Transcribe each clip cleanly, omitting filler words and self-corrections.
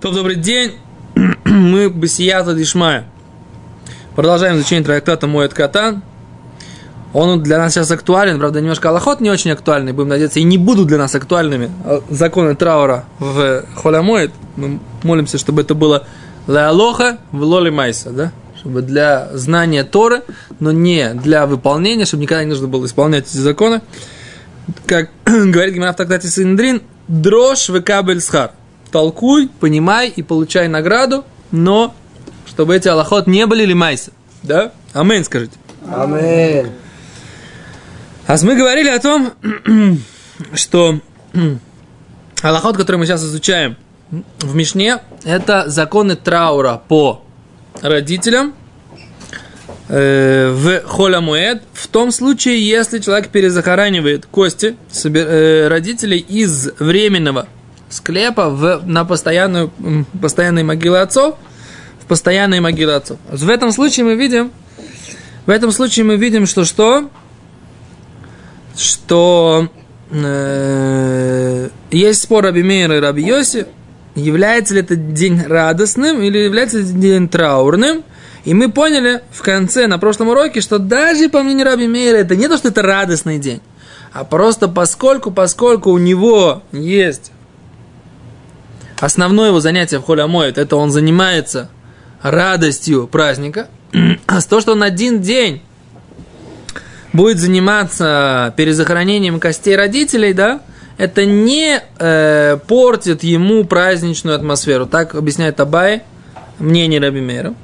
Добрый день. Мы Бесията Дишмая. Продолжаем изучение трактата Моэд Катан. Он для нас сейчас актуален, правда, немножко алахот не очень актуальный, будем надеяться, и не будут для нас актуальными законы траура в Холь ха-Моэд. Мы молимся, чтобы это было ля алоха в лоли майса, да? Чтобы для знания Торы, но не для выполнения, чтобы никогда не нужно было исполнять эти законы. Как говорит Гемара в трактате Санедрин, дрожь векабель схар. Толкуй, понимай и получай награду, но чтобы эти алахот не были лимайса. Да? Амин, скажите. Амин. А мы говорили о том, что алахот, который мы сейчас изучаем в Мишне, это законы траура по родителям в Холь ха-Моэд, в том случае, если человек перезахоранивает кости родителей из временного склепа на постоянные могилы отцов, в постоянные могилы отцов. В этом случае мы видим, что есть спор Раби Меира и Раби Йоси, является ли этот день радостным или является ли этот день траурным. И мы поняли в конце, на прошлом уроке, что даже по мнению Раби Меира, это не то, что это радостный день, а просто поскольку у него есть основное его занятие в Холь ха-Моэд, это он занимается радостью праздника, а то, что он один день будет заниматься перезахоронением костей родителей, да, это не портит ему праздничную атмосферу. Так объясняет Абай, мнение Раби Меира.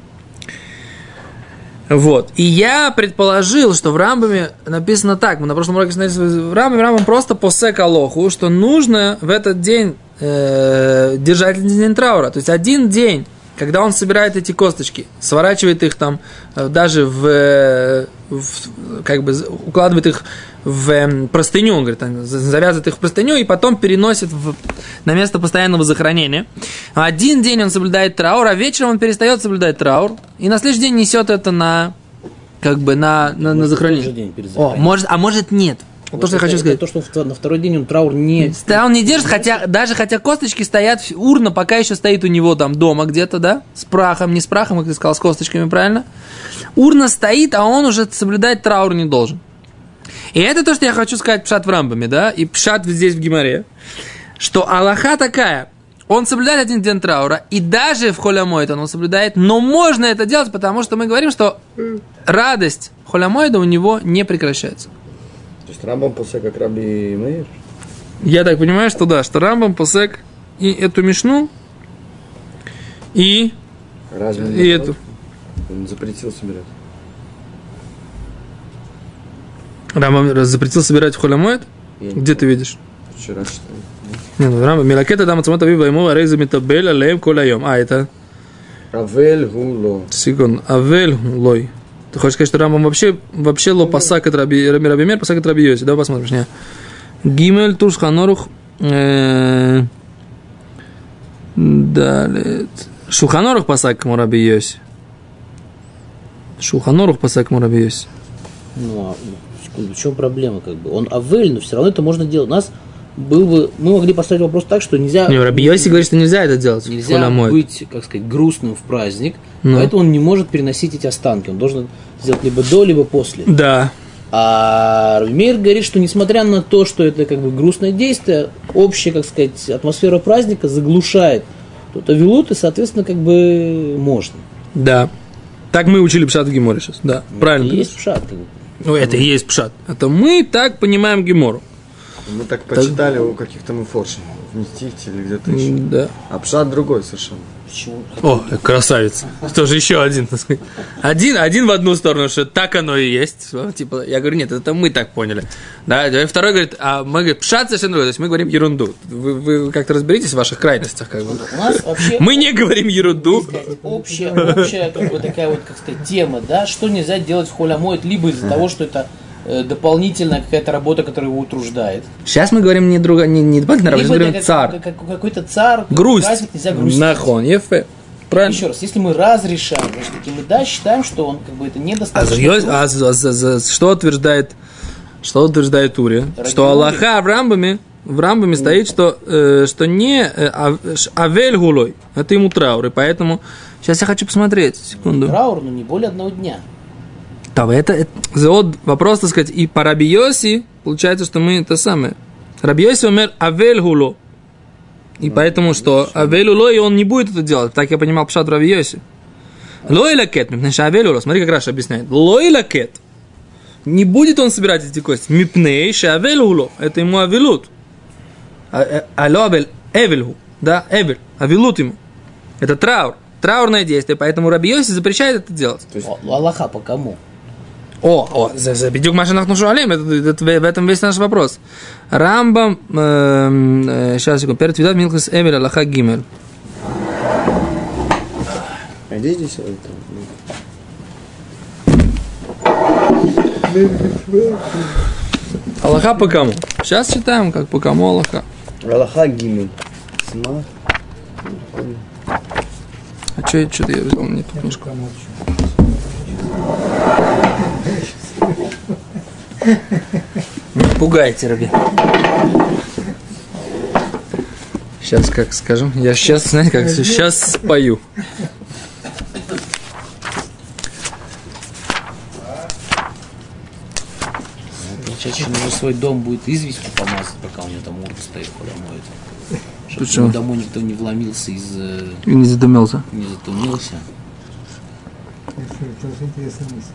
Вот. И я предположил, что в Рамбаме написано так. Мы на прошлом уроке смотрели в Рамбам просто посек алоху, что нужно в этот день держать день траура. То есть один день, когда он собирает эти косточки, сворачивает их там, даже укладывает их в простыню, он говорит, завязывает их в простыню и потом переносит на место постоянного захоронения. Один день он соблюдает траур, а вечером он перестает соблюдать траур, и на следующий день несет это на захоронение. Может нет. Вот то, что я хочу сказать. То, что на второй день он траур не... Он не держит, хотя косточки стоят, урна пока еще стоит у него там дома где-то, да, с прахом, не с прахом, как ты сказал, с косточками, правильно? Урна стоит, а он уже соблюдать траур не должен. И это то, что я хочу сказать пшат в Рамбаме, да, и пшат здесь в Гемаре, что алаха такая, он соблюдает один день траура, и даже в Холь ха-Моэд он соблюдает, но можно это делать, потому что мы говорим, что радость Холь ха-Моэда у него не прекращается. То есть Рамбам посек как Раби Меир? Я так понимаю, что да, что Рамбам посек и эту Мишну, и эту. Он запретил собирать. Рамбам запретил собирать в Холь ха-Моэд? Где ты видишь? Вчера читал. Рамбам. Милакета дам ацамот авив ваймов арейза митабель алеем коль хайом. Это? Авель гу ло. Секунд. Авель лой. Ты хочешь сказать, что Рамбам вообще ло пасак от Раби Меир, пасак от Раби Йоси. Давай посмотрим. Гимель тур шханорух. Далее. Шулханорух пасак ему Раби Йоси. Шулханорух пасак ему Раби Йоси. Ну, секунду, в чем проблема, как бы? Он авель, но все равно это можно делать. У нас мы могли поставить вопрос так, что нельзя... Не, Раби Йоси говорит, что нельзя это делать. Нельзя быть, как сказать, грустным в праздник, поэтому он не может переносить эти останки. Он должен сделать либо до, либо после. Да. А Раби Меир говорит, что несмотря на то, что это как бы грустное действие, общая, как сказать, атмосфера праздника заглушает тот авилут, и, соответственно, как бы можно. Да. Так мы учили пшат в Геморе сейчас. Да, правильно. Это и есть пшат. Ну, это и есть пшат. Это мы так понимаем Гемору. Мы так почитали у каких-то муфоршин, в Мистифте или где-то еще. Да. А пшат другой совершенно. Почему? О, красавец. Тоже еще один. Один в одну сторону, что так оно и есть. Типа, я говорю, нет, это мы так поняли. Да, и второй говорит, а мы говорим, пшат совершенно другой. То есть мы говорим ерунду. Вы как-то разберитесь в ваших крайностях. Как бы. У нас вообще... Мы не говорим ерунду. Общая как бы такая вот, как сказать, тема, да, что нельзя делать в Холь ха-Моэд, либо из-за того, что это дополнительная какая-то работа, которая его утруждает. Сейчас мы говорим не дополнительная работа, мы говорим царь. Какой-то царь, грусть. Праздник нельзя грустить. Нахон, ефе. Правильно. Еще раз, если мы разрешаем, значит, мы да, считаем, что он как бы это недостаточно. Что утверждает Ури? Что Аллаха в Рамбаме в Рамбаме стоит, что не авель гулой, это ему траур, и поэтому сейчас я хочу посмотреть, секунду. Траур, но не более 1 дня. Да, это вопрос, так сказать, и по Раби Йоси получается, что мы это самое. Раби Йоси умер авель гуло, и поэтому что авель гуло, и он не будет это делать, так я понимал пшат Раби Йоси. Лой лакет, мипней авель гуло, смотри, как Раша объясняет. Лой лакет. Не будет он собирать эти кости. Мипней авель гуло, это ему авелут. Алло, эвельгу, да, эвель, авелут ему. Это траур, траурное действие, поэтому Раби Йоси запрещает это делать. То есть... Аллаха по кому? За бедюк машинах нушуалим, в этом весь наш вопрос. Рамбам, сейчас, секунду, перед видом милхас эвель аллаха гимель. А где здесь? Аллаха по кому? Сейчас читаем, как по кому Аллаха. Аллаха гимель. Сма. А что-то я взял не ту книжку. Не пугайте, Раби. Сейчас как скажем. Я сейчас, знаете, как сейчас спою. Сейчас уже свой дом будет известью помазать, пока у него там урка стоит, куда моет. Чтобы почему? домой никто не вломился из... И не задумался. Не затумился. Это интересная мысль.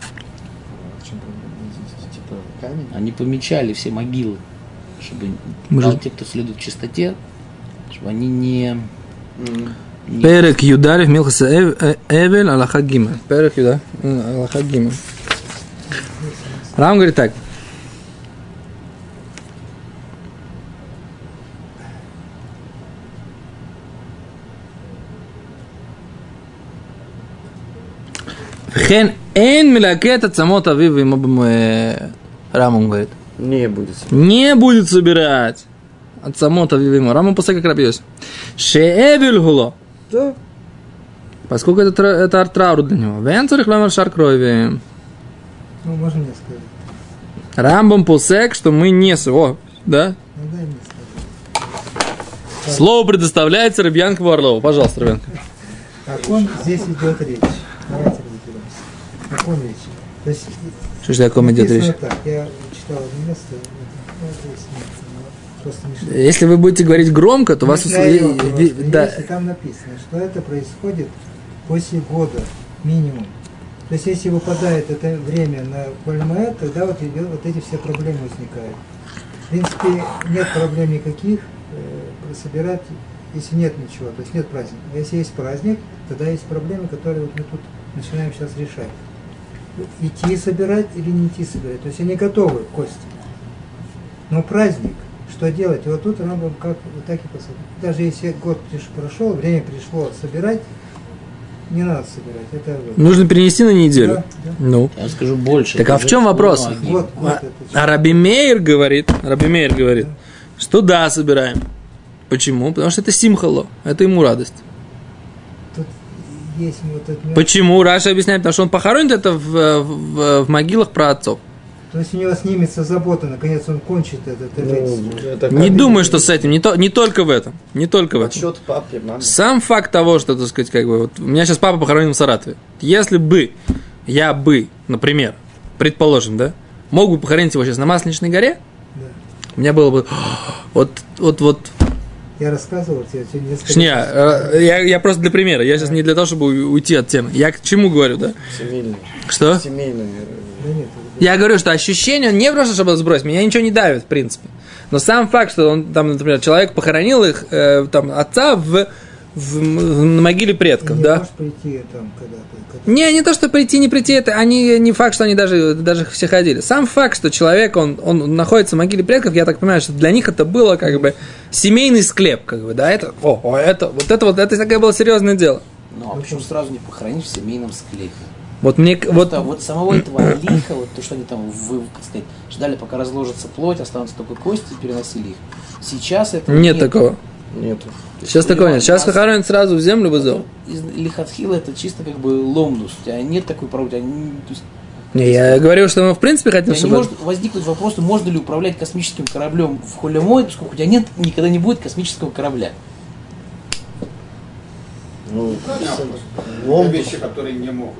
Типа камень? Они помечали все могилы, чтобы те, кто следует в чистоте, чтобы они не... Перек Юдарев Милхаса Эвель Аллаха Гимель. Перек Юда Аллаха Гимель. Рам говорит так. Хен эн милакет от самот авив ему Рамон говорит. Не будет. Не будет собирать от самот авив ему. Рамон после как рабьёс. Шеэвель гуло. Да. Поскольку это траур для него. Венцерих ламар шар крови. Ну, можно мне сказать. Рамбам посек, что мы не... О, да? Ну, дай мне сказать. Слово предоставляется Рабьянкову Орлову. Пожалуйста, Рабьянков. О ком здесь идет речь? Давайте разберемся. О ком речь? То есть, Что же о ком идет написано речь? Так, я читал одно место, просто не шло. Если вы будете говорить громко, то вас... Да. Если там написано, что это происходит после года минимум. То есть, если выпадает это время на Кольмаэт, тогда вот эти все проблемы возникают. В принципе, нет проблем никаких собирать, если нет ничего, то есть нет праздника. А если есть праздник, тогда есть проблемы, которые вот мы тут начинаем сейчас решать. Идти собирать или не идти собирать. То есть они готовы, кости. Но праздник, что делать? И вот тут Рамбам как вот так и посадил. Даже если год прошел, время пришло собирать, не надо собирать. Это Нужно перенести на неделю. Да, да. Ну. Я скажу больше. Так а в чем вопрос? Год А Раби Меир говорит, что да, собираем. Почему? Потому что это симхало, это ему радость. Тут есть вот этот... Почему? Раша объясняет, потому что он похоронит это в могилах праотцов. То есть у него снимется забота, наконец он кончит этот жизнь. Не думаю, что с этим, не только в этом. Не только в этом. Отчет папе, маме. Сам факт того, что, так сказать, как бы, вот, у меня сейчас папа похоронен в Саратове. Если бы я бы, например, предположим, да, мог бы похоронить его сейчас на Масленичной горе, Да. у меня было бы вот. Я рассказывал тебе несколько Я просто для примера. Я сейчас не для того, чтобы уйти от темы. Я к чему говорю, да? Семейный. Что? Семейный. Да нет, Я говорю, что ощущение, он не просто, чтобы сбросить, меня ничего не давит, в принципе. Но сам факт, что он, там, например, человек похоронил их, там, отца на могиле предков, не да? можешь прийти там когда-то. Не то, что прийти, не прийти, это они не факт, что они даже все ходили. Сам факт, что человек, он находится в могиле предков, я так понимаю, что для них это было как бы семейный склеп, как бы, да, это такое было серьезное дело. Ну, а почему сразу не похоронить в семейном склепе? Вот мне, Вот самого этого алиха, вот то, что они там, как сказать, ждали, пока разложится плоть, останутся только кости, и переносили их. Сейчас это нет такого. Нету. Сейчас такого нет. Сейчас похоронят сразу в землю вызов. Из лихатхила это чисто как бы ломнус. У тебя нет такой правды. Не, я говорю, что мы в принципе хотим, Не чтобы... может возникнуть вопрос, можно ли управлять космическим кораблем в Холемой, поскольку у тебя никогда не будет космического корабля. Ну, вещи, которые не могут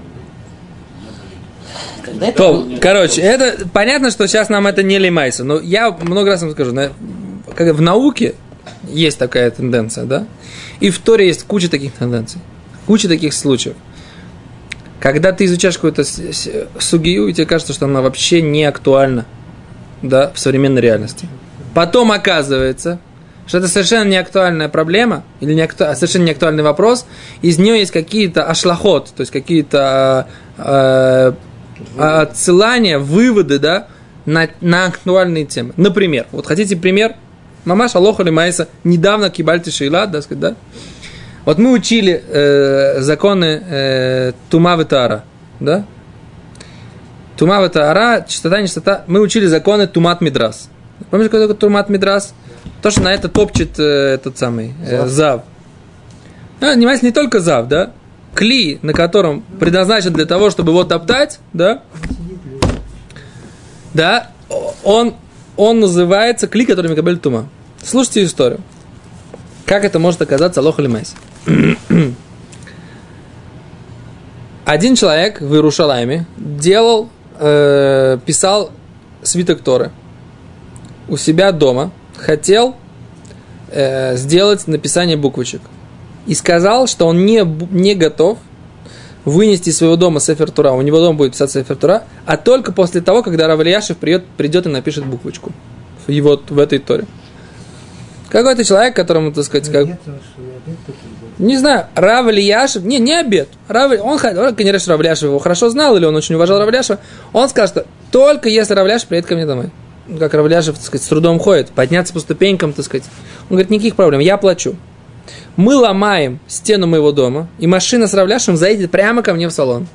быть. Короче, это понятно, что сейчас нам это не лимайса, но я много раз вам скажу, как в науке есть такая тенденция, да, и в Торе есть куча таких тенденций, куча таких случаев. Когда ты изучаешь какую-то сугию, и тебе кажется, что она вообще не актуальна, да, в современной реальности. Потом оказывается, что это совершенно не актуальная проблема, или совершенно не актуальный вопрос, из нее есть какие-то ашлахот, то есть какие-то отсылания, выводы, да, на актуальные темы. Например, вот хотите пример? Мамаш Алоха Лимайса недавно кибальти шейла, да, сказать, да? Вот мы учили законы Тума Витара, да? Тума Витара, чистота, нечистота. Мы учили законы Тумат Мидрас. Помните, какой такой Тумат Мидрас? То, что на это топчет этот самый Зав. Внимательно, не только Зав, да? Кли, на котором предназначен для того, чтобы его топтать, да? Да, он называется кли, который Микабель Тума. Слушайте историю. Как это может оказаться Алоха Лимайс? Один человек в Иерушалайме писал свиток Торы у себя дома, хотел сделать написание буквочек. И сказал, что он не готов вынести из своего дома Сефер Тора, у него дома будет писаться Сефер Тора, а только после того, когда Рав Элияшев придет и напишет буквочку в этой Торе. Какой-то человек, которому, так сказать, не знаю, Рав Элияшев, не обед. Он, конечно, Рав Элияшев его хорошо знал, или он очень уважал Рав Элияшева, он скажет, что только если Рав Элияшев приедет ко мне домой. Как Рав Элияшев, так сказать, с трудом ходит, подняться по ступенькам, так сказать. Он говорит, никаких проблем, я плачу. Мы ломаем стену моего дома, и машина с Рав Элияшевым заедет прямо ко мне в салон.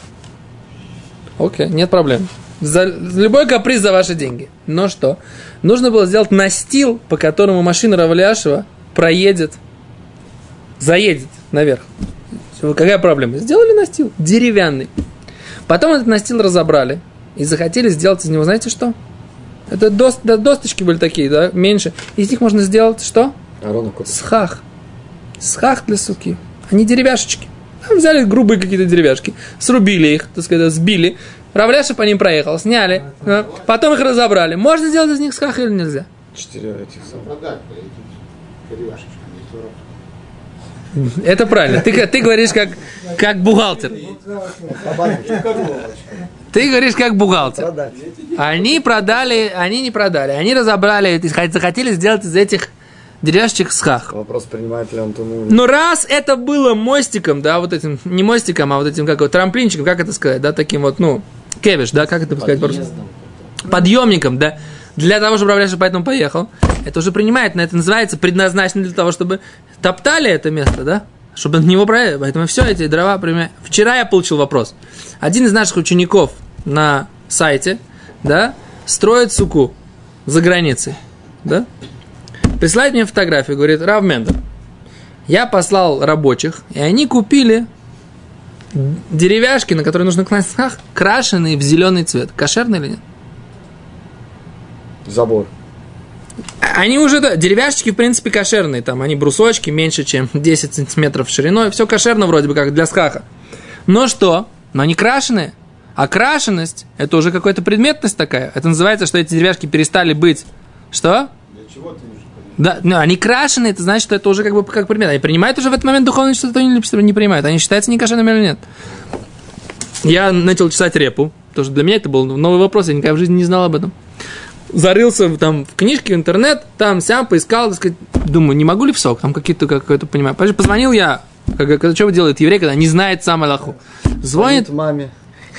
Окей, нет проблем. За любой каприз за ваши деньги. Но что? Нужно было сделать настил, по которому машина Рав Элияшева заедет наверх. Какая проблема? Сделали настил деревянный. Потом этот настил разобрали и захотели сделать из него, знаете что? Это досточки были такие, да, меньше. Из них можно сделать что? Схах. Схах для суки. Они деревяшечки. Взяли грубые какие-то деревяшки, срубили их, так сказать, сбили. Рав Элияшев по ним проехал, сняли, потом их разобрали. Можно сделать из них схах или нельзя? 4 этих самых. Это правильно. Ты говоришь как бухгалтер. Ты говоришь как бухгалтер. Они не продали. Они разобрали, захотели сделать из этих деревяшечек схах. Вопрос, принимает ли он туму. Но раз это было мостиком, да, вот этим, не мостиком, а вот этим, как вот, трамплинчиком, как это сказать, да, таким вот, кевиш, да, как это сказать по-русски? Подъемником, да, для того, чтобы Рав Элияшев поэтому поехал, это уже принимает, это называется предназначено для того, чтобы топтали это место, да, чтобы на него проехали, поэтому все эти дрова применяют. Вчера я получил вопрос. Один из наших учеников на сайте, да, строит суку за границей, да, присылает мне фотографию, говорит, Рав Мендер, я послал рабочих, и они купили деревяшки, на которые нужно класть схах, крашеные в зеленый цвет. Кошерно или нет? Забор. Они уже, да, деревяшечки, в принципе, кошерные. Там они брусочки меньше, чем 10 сантиметров шириной. Все кошерно вроде бы, как для схаха. Но что? Но они крашеные. А крашеность, это уже какая-то предметность такая. Это называется, что эти деревяшки перестали быть. Что? Для чего ты нужен? Да, но они крашеные, это значит, что это уже как предмет. Они принимают уже в этот момент духовное что-то или не принимают. Они считаются некошерными или нет. Я начал читать репу, потому что для меня это был новый вопрос, я никогда в жизни не знал об этом. Зарылся там в книжке, в интернет, там сям поискал, так сказать, думаю, не могу ли в сок, там какое-то понимаю. Позвонил я, что делает еврей, когда не знает сам Аллаху. Звонит маме.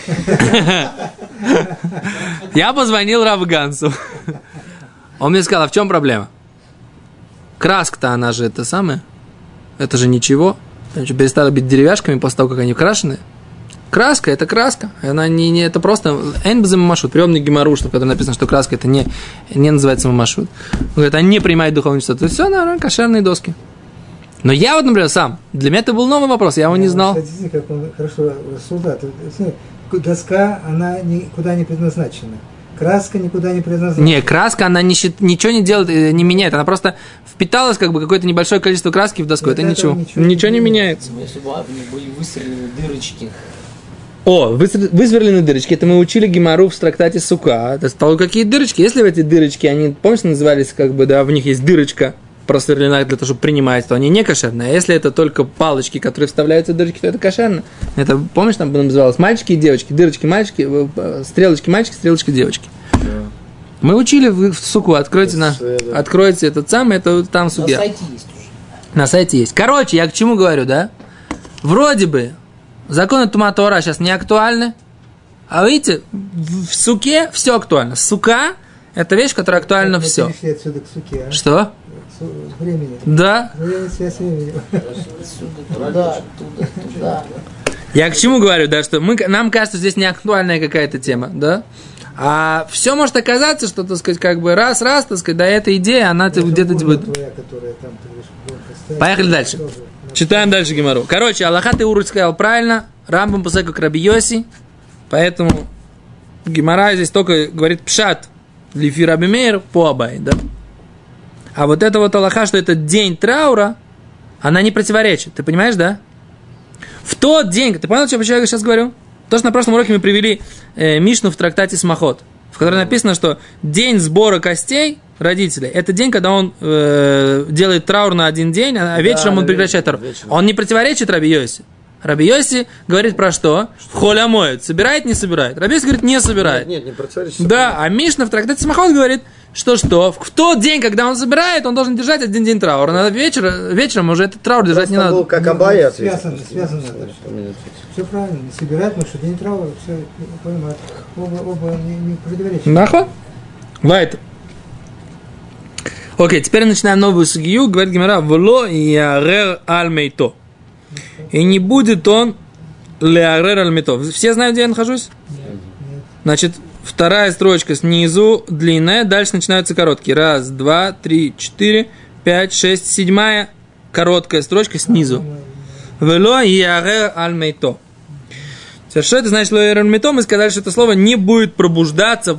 Я позвонил Рав Гансу. Он мне сказал, а в чем проблема? Краска-то она же это самое. Это же ничего. Они что, перестали быть деревяшками после того, как они крашены? Краска – это краска. Она не это просто энбезем мамашут. Приемный геморрой, в котором написано, что краска – это не называется мамашут. Он говорит, они не принимают духовную чистоту. Это все нормально, кошерные доски. Но я вот, например, сам, для меня это был новый вопрос, я его не знал. Смотрите, как он хорошо рассуждает. доска, она никуда не предназначена. Краска никуда не предназначена. Не, краска, она ничего не делает, не меняет. Она просто впиталась как бы какое-то небольшое количество краски в доску. Это ничего. Ничего не меняется. Если бы были выстрелены дырочки. О, высверленные дырочки. Это мы учили Гемару в трактате Сука. Это стало какие дырочки. Если в эти дырочки, они, помнишь, назывались как бы, да, в них есть дырочка просверлена для того, чтобы принимать, то они не кошерные. А если это только палочки, которые вставляются в дырочки, то это кошерно. Это, помнишь, там называлось мальчики и девочки, дырочки мальчики, стрелочки мальчики, стрелочки девочки. Да. Мы учили в Суку, откройте этот самый, это там Суге. На сайте есть уже. На сайте есть. Короче, я к чему говорю, да? Вроде бы законы Тума Тора сейчас не актуальны, а видите, в Суке все актуально. Сука – это вещь, которая актуальна все. Отсюда к Суке, а? Что? Времени. Да. Связь времени. Туда. Я к чему говорю, да, что нам кажется, здесь не актуальная какая-то тема, да? А все может оказаться, что, так сказать, как бы раз, так сказать, да, эта идея, она где-то будет. Поехали дальше. Читаем дальше Гемару. Короче, Аллахат Иуруч сказал правильно, Рамбам посекал к Раби Йоси, поэтому Гемара здесь только говорит пшат, лифи Раби Меир по Абай, да? А вот это вот Аллаха, что это день траура, она не противоречит. Ты понимаешь, да? В тот день, ты понял, что я сейчас говорю? То, что на прошлом уроке мы привели Мишну в трактате Смахот, в которой написано, что день сбора костей родителей, это день, когда он делает траур на один день, а вечером он прекращает траур. Он не противоречит Раби Йоси. Раби Йоси говорит про что? В холя моет. Собирает, не собирает. Раби Йоси говорит, не собирает. Нет, не противоречит. Да, а Мишна в трактате Смахот говорит, что в тот день, когда он собирает, он должен держать один день траура. На вечером уже этот траур держать не надо. Как Абай связано. Все правильно, не собирает, потому что день траура, все понимают. Оба не противоречат. Нахуй? Лайт. Окей, теперь начинаем новую сугию. Говорит Гемара, вло ярер аль мейто. И не будет он леарер аль мейто. Все знают, где я нахожусь? Нет. Значит, вторая строчка снизу длинная, дальше начинаются короткие. 1, 2, 3, 4, 5, 6, 7 короткая строчка снизу. Вело ярер аль мейто. Что это значит, ло ярер аль мейто? Мы сказали, что это слово не будет пробуждаться,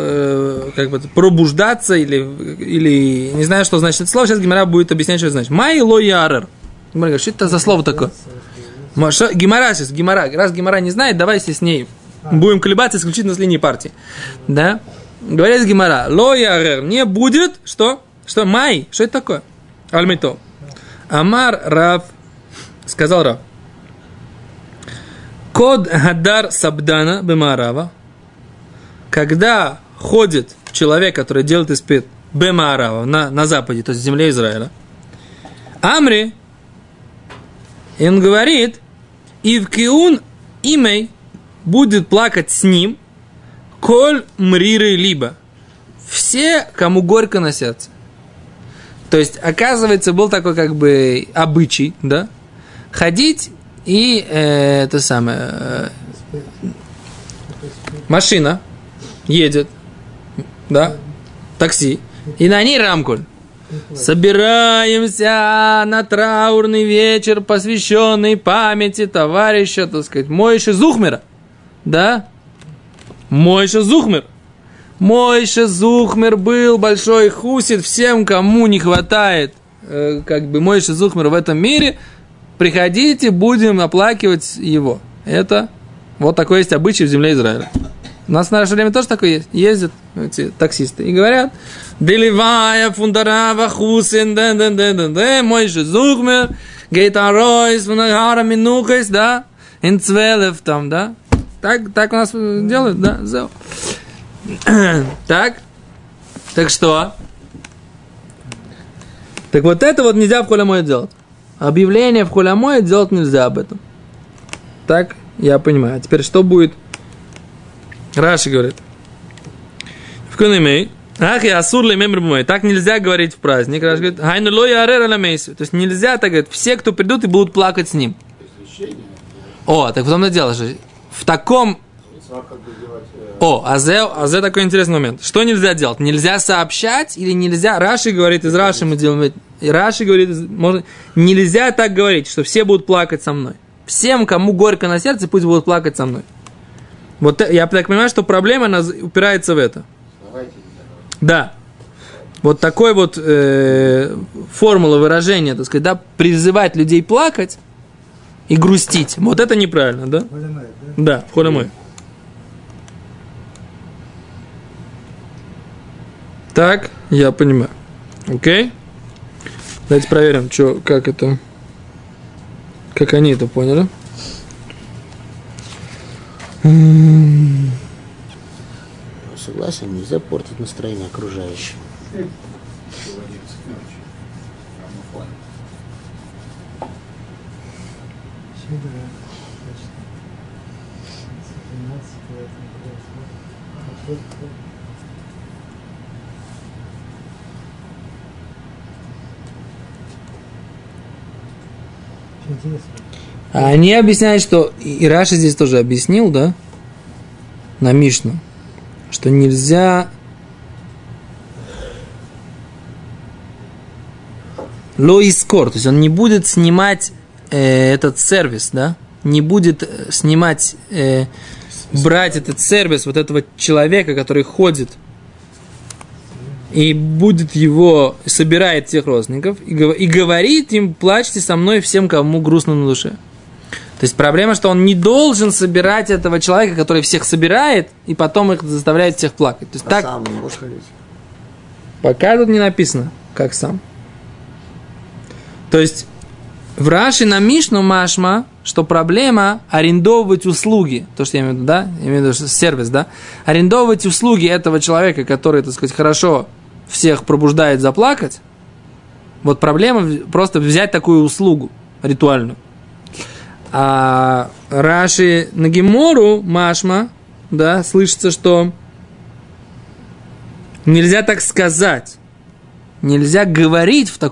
или не знаю, что значит это слово. Сейчас Гемара будет объяснять, что это значит. Май ло ярер. Гемара говорит, что это за слово такое? Гемара сейчас, раз Гемара не знает, давайте с ней будем колебаться исключительно с линии партии. Да? Говорит Гемара, ло ярер, не будет, что? Что? Май, что это такое? Аль-мейто. Амар Рав, сказал Рав, Код Хадар Сабдана Бемаарава, когда ходит человек, который делает испит Бемаарава, на западе, то есть в земле Израиля, Амри, и он говорит, Ивкиун имей будет плакать с ним, коль мриры либо. Все, кому горько на сердце. То есть, оказывается, был такой как бы обычай, да, ходить и это самое, машина едет, да, такси, и на ней рамкуль. Собираемся на траурный вечер, посвященный памяти товарища, так сказать, Мойше Зухмера. Да? Мойше Зухмер. Мойше Зухмер был большой хусит. Всем, кому не хватает как бы Мойше Зухмера в этом мире, приходите, будем оплакивать его. Это вот такой есть обычай в земле Израиля. У нас в наше время тоже такое есть. Ездят эти таксисты и говорят: Деливая фундарава хусин, Мойше Зухмер, гейтаройс, фунагара минукайс, да, инцвелев там, да. Так у нас делают, да, зел. Так что? Так вот это вот нельзя в холямое делать. Объявление в холямое делать нельзя об этом. Так, я понимаю. А теперь что будет? Раши говорит. В Кунемей. Ах, я асур лемемр бумей. Так нельзя говорить в праздник. Раши говорит. Хайну ло ярер аламейсу. То есть нельзя так говорить. Все, кто придут и будут плакать с ним. О, так в том-то дело, что в таком... Азе такой интересный момент. Что нельзя делать? Нельзя сообщать или нельзя... Раши говорит, из Раши мы делаем... Раши говорит, нельзя так говорить, что все будут плакать со мной. Всем, кому горько на сердце, пусть будут плакать со мной. Вот я так понимаю, что проблема она упирается в это. Да. Вот такой вот формула выражения, так сказать, да, призывать людей плакать и грустить. Вот это неправильно, да? Холемоэд, да? Да, в холемоэд. Так, я понимаю. Окей? Давайте проверим, как это, как они это поняли. Согласен, нельзя портить настроение окружающим. Щедро. Интересно. А они объясняют, что и Раши здесь тоже объяснил, да, на Мишну, что нельзя лоискор, то есть он не будет снимать этот сервис, да, не будет снимать, брать этот сервис вот этого человека, который ходит и будет его, собирает всех родственников и говорит им: плачьте со мной всем, кому грустно на душе. То есть проблема, что он не должен собирать этого человека, который всех собирает, и потом их заставляет всех плакать. То есть так, сам не можешь ходить. пока тут не написано, как сам. То есть в Раши на Мишну машма, что проблема арендовывать услуги, то, что я имею в виду, да, я имею в виду сервис, да, арендовывать услуги этого человека, который, так сказать, хорошо всех пробуждает заплакать, вот проблема просто взять такую услугу ритуальную. А Раши на Гемору машма, да, слышится, что нельзя так сказать, нельзя говорить в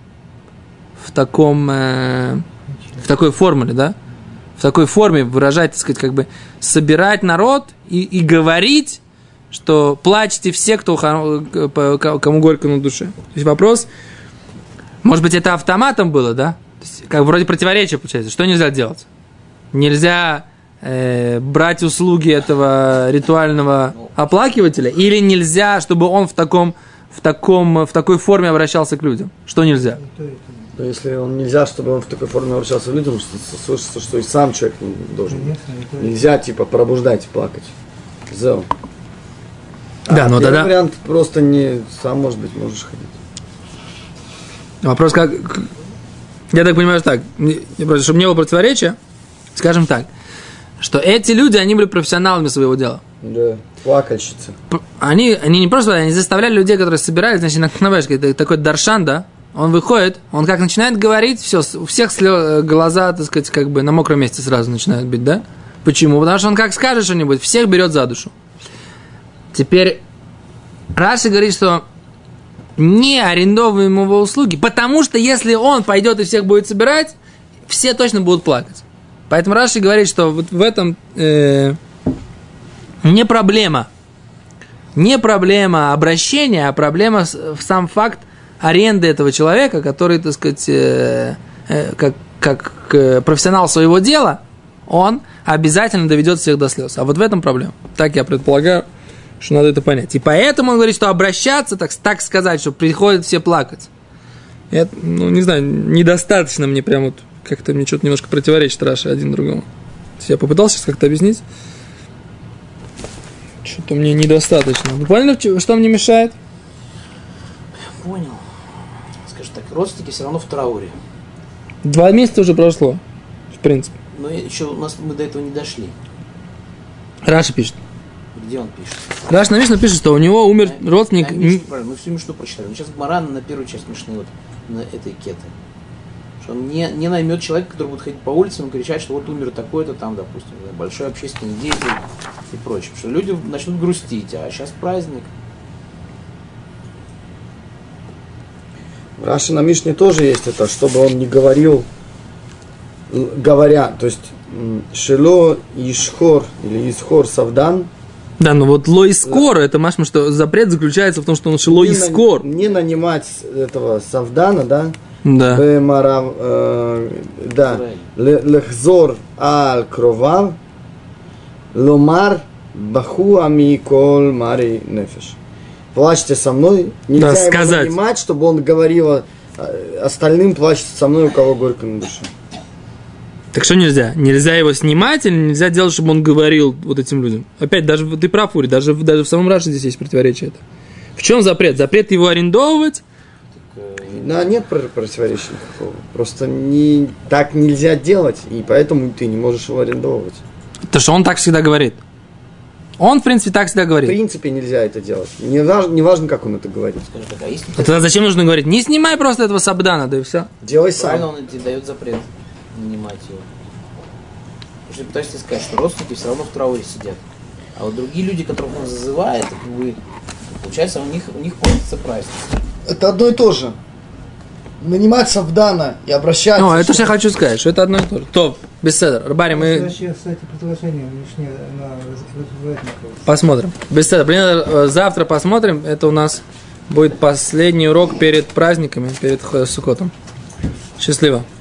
такой формуле, да, в такой форме выражать, так сказать, как бы собирать народ и говорить, что плачьте все, кому горько на душе. То есть вопрос, может быть, это автоматом было, да? То есть, как вроде противоречие получается. Что нельзя делать? Нельзя брать услуги этого ритуального оплакивателя, или нельзя, чтобы он в такой форме обращался к людям? Что нельзя? Но если он нельзя, чтобы он в такой форме обращался к людям, слышится, что и сам человек не должен. Нельзя, типа, пробуждать и плакать. Зел. Да, но тогда вариант просто не сам, может быть, можешь ходить. Вопрос как... Я так понимаю, что так, чтобы не было противоречия, скажем так, что эти люди, они были профессионалами своего дела. Да, плакальщицы. Они не просто, они заставляли людей, которые собирались, значит, такой даршан, да, он выходит, он как начинает говорить, все, у всех глаза, так сказать, как бы на мокром месте сразу начинают бить, да? Почему? Потому что он как скажет что-нибудь, всех берет за душу. Теперь Раши говорит, что не арендовываем его услуги, потому что если он пойдет и всех будет собирать, все точно будут плакать. Поэтому Раши говорит, что вот в этом не проблема обращения, а проблема в сам факт аренды этого человека, который, так сказать, как профессионал своего дела, он обязательно доведет всех до слез. А вот в этом проблема. Так я предполагаю, что надо это понять. И поэтому он говорит, что обращаться, так сказать, что приходят все плакать. Это, не знаю, недостаточно мне прям вот, как-то мне что-то немножко противоречит Раши один другому. Я попытался сейчас как-то объяснить. Что-то мне недостаточно. Вы поняли, что мне мешает? Понял. Скажем так, родственники все равно в трауре. 2 месяца уже прошло, в принципе. Но еще мы до этого не дошли. Раша пишет. Где он пишет? Раш на Мишну пишет, что у него умер родственник. Мы всю Мишну прочитали. Мы сейчас Маран на первую часть Мишны, вот на этой кеты. Что он не наймет человека, который будет ходить по улицам и кричать, что вот умер такой-то там, допустим, большой общественный деятель и прочее. Потому что люди начнут грустить, а сейчас праздник. В Раши на Мишне тоже есть это, чтобы он не говорил, говоря, то есть шело ишхор или исхор савдан. Да, но вот лоискор, это машма, что запрет заключается в том, что он шело искор. Не нанимать этого савдана, да? Да. Да. Лехзор аль кровав Ломар баху ами кол мари нефеш. Плачьте со мной. Нельзя Да, ему сказать. нанимать, чтобы он говорил остальным, плачьте со мной, у кого горько на душе. Так что нельзя? Нельзя его снимать или нельзя делать, чтобы он говорил вот этим людям? Опять, даже ты прав, Ури, даже в самом Раши здесь есть противоречие это. В чем запрет? Запрет его арендовывать? Да, нет противоречия никакого. Просто так нельзя делать, и поэтому ты не можешь его арендовывать. То, что он так всегда говорит. Он, в принципе, так всегда В говорит. принципе, нельзя это делать. Не важно, как он это говорит. Скажи, так, а если А тогда зачем нужно говорить? Не снимай просто этого сабдана, да и все. Делай правильно сам. он тебе дает запрет нанимать его? Потому что ты пытаешься сказать, что родственники все равно в трауре сидят. А вот другие люди, которых он зазывает, как бы, получается, у них платится праздник. Это одно и то же. Нанимать Савдана и обращаться. Ну, это что я хочу сказать, что это одно и то же. Топ, беседер. Рабари, мы Вообще, кстати, предложение лишнее, она развивает никого. посмотрим. Беседер. Завтра посмотрим. Это у нас будет последний урок перед праздниками, перед Суккотом. Счастливо.